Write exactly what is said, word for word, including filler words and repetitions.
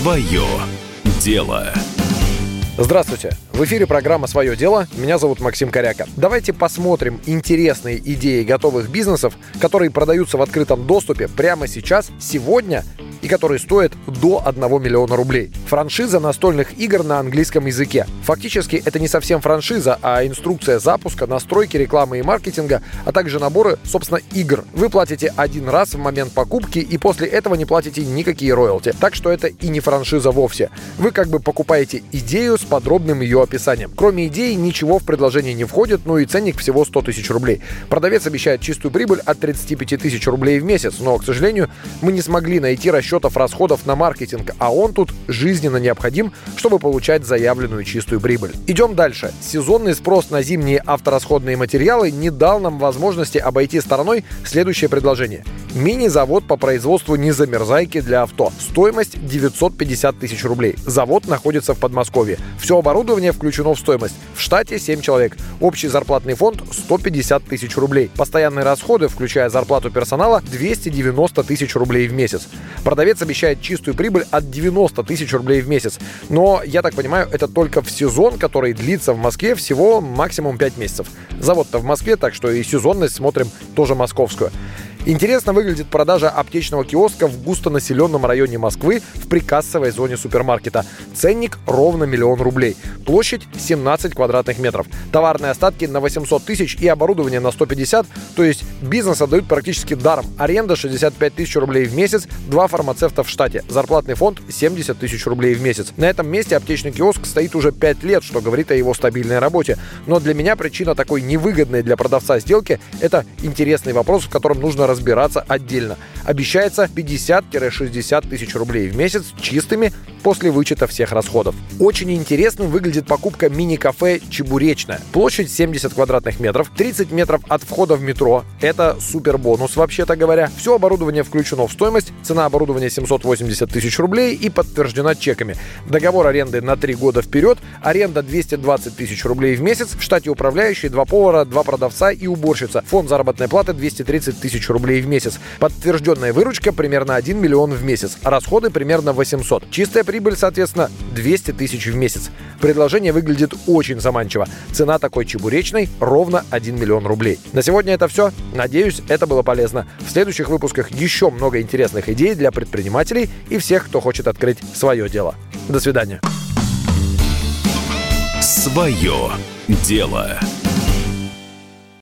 Свое дело. Здравствуйте! В эфире программа «Свое дело». Меня зовут Максим Коряка. Давайте посмотрим интересные идеи готовых бизнесов, которые продаются в открытом доступе прямо сейчас, сегодня, и которые стоят до одного миллиона рублей. Франшиза настольных игр на английском языке. Фактически это не совсем франшиза, а инструкция запуска, настройки, рекламы и маркетинга, а также наборы, собственно, игр. Вы платите один раз в момент покупки и после этого не платите никакие роялти. Так что это и не франшиза вовсе. Вы как бы покупаете идею с подробным ее описанием. Кроме идеи ничего в предложение не входит, ну и ценник всего сто тысяч рублей. Продавец обещает чистую прибыль от тридцати пяти тысяч рублей в месяц, но, к сожалению, мы не смогли найти расчет расходов на маркетинг, а он тут жизненно необходим, чтобы получать заявленную чистую прибыль. Идем дальше. Сезонный спрос на зимние авторасходные материалы не дал нам возможности обойти стороной следующее предложение. Мини-завод по производству незамерзайки для авто. Стоимость девятьсот пятьдесят тысяч рублей. Завод находится в Подмосковье. Все оборудование включено в стоимость. В штате семь человек. Общий зарплатный фонд сто пятьдесят тысяч рублей. Постоянные расходы, включая зарплату персонала, двести девяносто тысяч рублей в месяц. Продавец обещает чистую прибыль от девяносто тысяч рублей в месяц. Но, я так понимаю, это только в сезон, который длится в Москве всего максимум пять месяцев. Завод-то в Москве, так что и сезонность смотрим тоже московскую. Интересно выглядит продажа аптечного киоска в густонаселенном районе Москвы в прикассовой зоне супермаркета. Ценник ровно миллион рублей. Площадь семнадцать квадратных метров. Товарные остатки на восемьсот тысяч и оборудование на сто пятьдесят. То есть бизнес отдают практически даром. Аренда шестьдесят пять тысяч рублей в месяц. Два фармацевта в штате. Зарплатный фонд семьдесят тысяч рублей в месяц. На этом месте аптечный киоск стоит уже пять лет, что говорит о его стабильной работе. Но для меня причина такой невыгодной для продавца сделки – это интересный вопрос, в котором нужно разбираться отдельно. Обещается пятьдесят-шестьдесят тысяч рублей в месяц чистыми после вычета всех расходов. Очень интересным выглядит покупка мини-кафе «Чебуречная». Площадь семьдесят квадратных метров, тридцать метров от входа в метро. Это супер бонус, вообще-то говоря. Все оборудование включено в стоимость. Цена оборудования семьсот восемьдесят тысяч рублей и подтверждена чеками. Договор аренды на три года вперед. Аренда двести двадцать тысяч рублей в месяц. В штате управляющий, два повара, два продавца и уборщица. Фонд заработной платы двести тридцать тысяч рублей в месяц. Подтвержденная выручка примерно один миллион в месяц. Расходы примерно восемьсот. Чистая прибыль, соответственно, двести тысяч в месяц. Предложение выглядит очень заманчиво. Цена такой чебуречной ровно один миллион рублей. На сегодня это все. Надеюсь, это было полезно. В следующих выпусках еще много интересных идей для предпринимателей и всех, кто хочет открыть свое дело. До свидания. Свое дело.